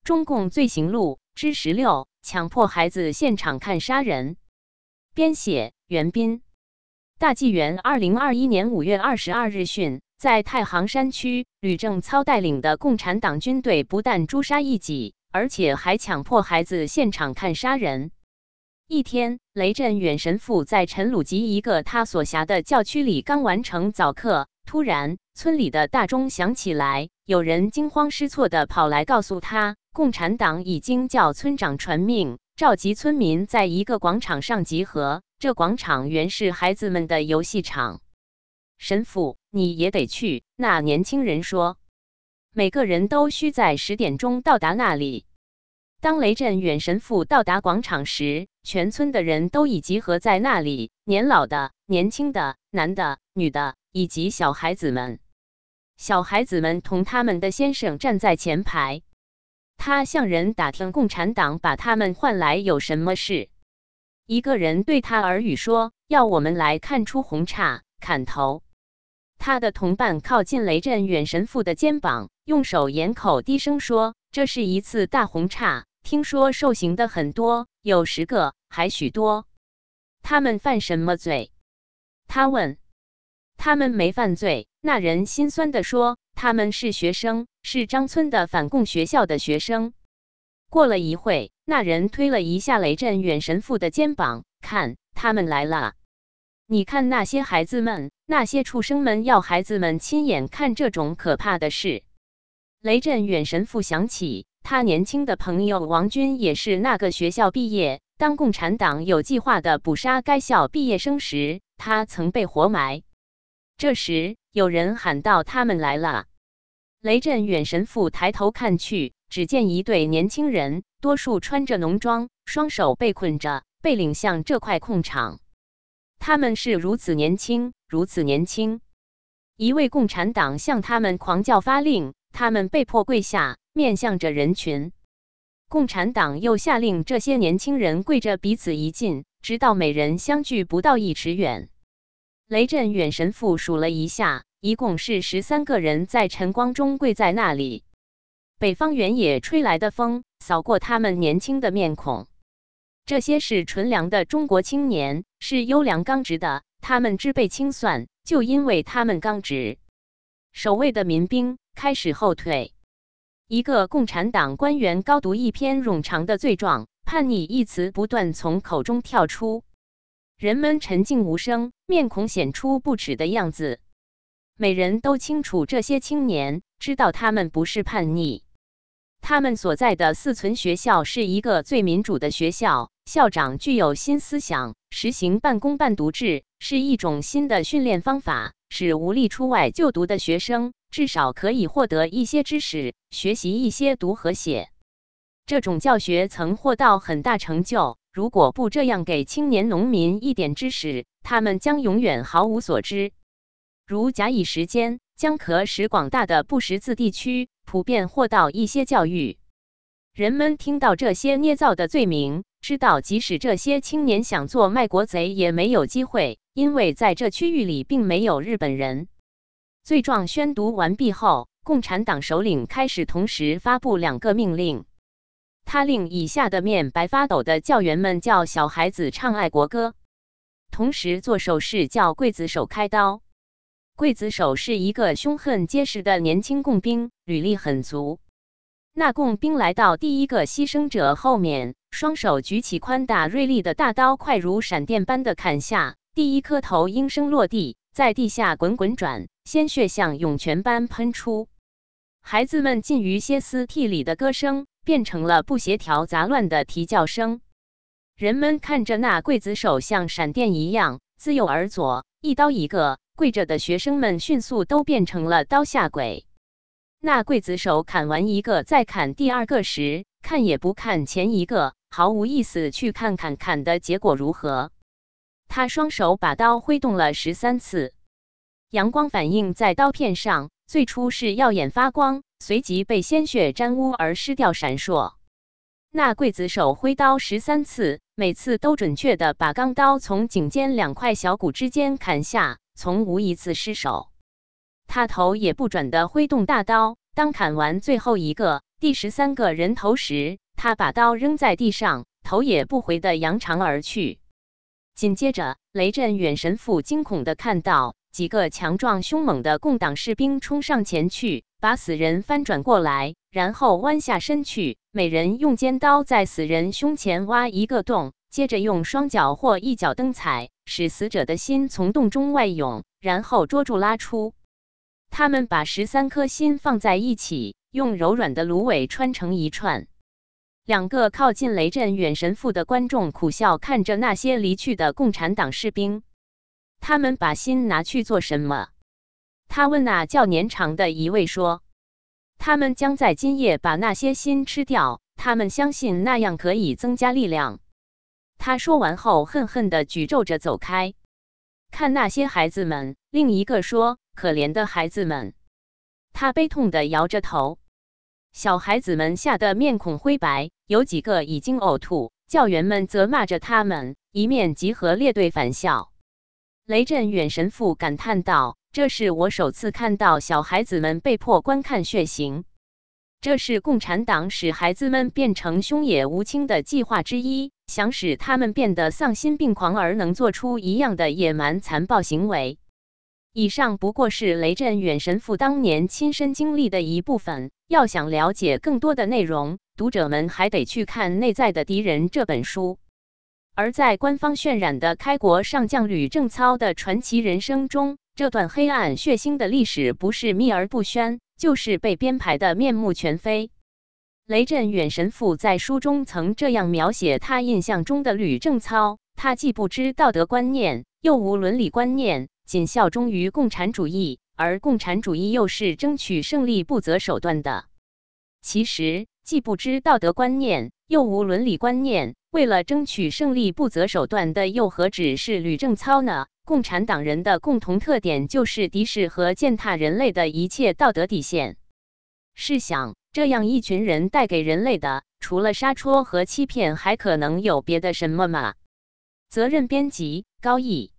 中共罪行录》之16，强迫孩子现场看杀人。编写：袁斌。大纪元2021年5月22日讯，在太行山区，吕正操带领的共产党军队不但诛杀异己，而且还强迫孩子现场看杀人。一天，雷震远神父在陈鲁吉一个他所辖的教区里刚完成早课，突然村里的大钟响起来，有人惊慌失措地跑来告诉他，共产党已经叫村长传命，召集村民在一个广场上集合。这广场原是孩子们的游戏场。神父，你也得去。那年轻人说，每个人都需在10点钟到达那里。当雷震远神父到达广场时，全村的人都已集合在那里，年老的、年轻的、男的、女的，以及小孩子们。小孩子们同他们的先生站在前排。他向人打听共产党把他们唤来有什么事。一个人对他耳语说，要我们来看出红叉，砍头。他的同伴靠近雷震远神父的肩膀，用手掩口低声说，这是一次大红叉，听说受刑的很多，有10个，还许多。他们犯什么罪？他问。他们没犯罪。那人心酸地说，他们是学生，是张村的反共学校的学生。过了一会，那人推了一下雷震远神父的肩膀，看，他们来了。你看那些孩子们，那些畜生们要孩子们亲眼看这种可怕的事。雷震远神父想起，他年轻的朋友王军也是那个学校毕业，当共产党有计划地捕杀该校毕业生时，他曾被活埋。这时，有人喊道：“他们来了！”雷震远神父抬头看去，只见一对年轻人，多数穿着浓装，双手被捆着，被领向这块空场。他们是如此年轻，如此年轻。一位共产党向他们狂叫发令，他们被迫跪下，面向着人群。共产党又下令这些年轻人跪着彼此一近，直到每人相距不到1尺远。雷震远神父数了一下，一共是13个人在晨光中跪在那里。北方原野吹来的风扫过他们年轻的面孔。这些是纯良的中国青年，是优良刚直的，他们只被清算，就因为他们刚直。守卫的民兵开始后退。一个共产党官员高读一篇冗长的罪状，叛逆一词不断从口中跳出。人们沉静无声，面孔显出不耻的样子。每人都清楚这些青年，知道他们不是叛逆。他们所在的4存学校是一个最民主的学校，校长具有新思想，实行半工半读制，是一种新的训练方法，使无力出外就读的学生至少可以获得一些知识，学习一些读和写。这种教学曾获到很大成就。如果不这样给青年农民一点知识，他们将永远毫无所知。如假以时间，将可使广大的不识字地区普遍获到一些教育。人们听到这些捏造的罪名，知道即使这些青年想做卖国贼也没有机会，因为在这区域里并没有日本人。罪状宣读完毕后，共产党首领开始同时发布2个命令。他令以下的面白发抖的教员们叫小孩子唱爱国歌，同时做手势叫刽子手开刀。刽子手是一个凶狠结实的年轻共兵，履历很足。那共兵来到第一个牺牲者后面，双手举起宽大锐利的大刀，快如闪电般的砍下，第一颗头应声落地，在地下滚滚转，鲜血像涌泉般喷出。孩子们近于歇斯底里的歌声变成了不协调杂乱的啼叫声。人们看着那刽子手像闪电一样自右而左，一刀一个，跪着的学生们迅速都变成了刀下鬼。那刽子手砍完一个，再砍第2个时，看也不看前一个，毫无意思去看看砍的结果如何。他双手把刀挥动了13次，阳光反映在刀片上，最初是耀眼发光，随即被鲜血沾污而失掉闪烁。那刽子手挥刀13次，每次都准确地把钢刀从颈间2块小骨之间砍下，从无一次失手。他头也不转地挥动大刀，当砍完最后一个、 第13个人头时，他把刀扔在地上，头也不回地扬长而去。紧接着，雷震远神父惊恐地看到几个强壮凶猛的共党士兵冲上前去，把死人翻转过来，然后弯下身去，每人用尖刀在死人胸前挖一个洞，接着用双脚或一脚蹬踩，使死者的心从洞中外涌，然后捉住拉出。他们把13颗心放在一起，用柔软的芦苇穿成一串。2个靠近雷震远神父的观众苦笑看着那些离去的共产党士兵。他们把心拿去做什么？他问那较年长的一位说。他们将在今夜把那些心吃掉，他们相信那样可以增加力量。他说完后恨恨地举咒着走开。看那些孩子们，另一个说，可怜的孩子们。他悲痛地摇着头。小孩子们吓得面孔灰白，有几个已经呕吐，教员们责骂着他们，一面集合列队反笑。雷震远神父感叹道，这是我首次看到小孩子们被迫观看血腥。这是共产党使孩子们变成凶野无情的计划之一，想使他们变得丧心病狂而能做出一样的野蛮残暴行为。以上不过是雷震远神父当年亲身经历的一部分，要想了解更多的内容，读者们还得去看《内在的敌人》这本书。而在官方渲染的开国上将吕正操的传奇人生中，这段黑暗血腥的历史不是秘而不宣，就是被编排的面目全非。雷震远神父在书中曾这样描写他印象中的吕正操：他既不知道德观念，又无伦理观念，仅效忠于共产主义，而共产主义又是争取胜利不择手段的。其实，既不知道德观念，又无伦理观念，为了争取胜利不择手段的又何止是吕正操呢？共产党人的共同特点就是敌视和践踏人类的一切道德底线。试想，这样一群人带给人类的，除了杀戳和欺骗，还可能有别的什么吗？责任编辑：高毅。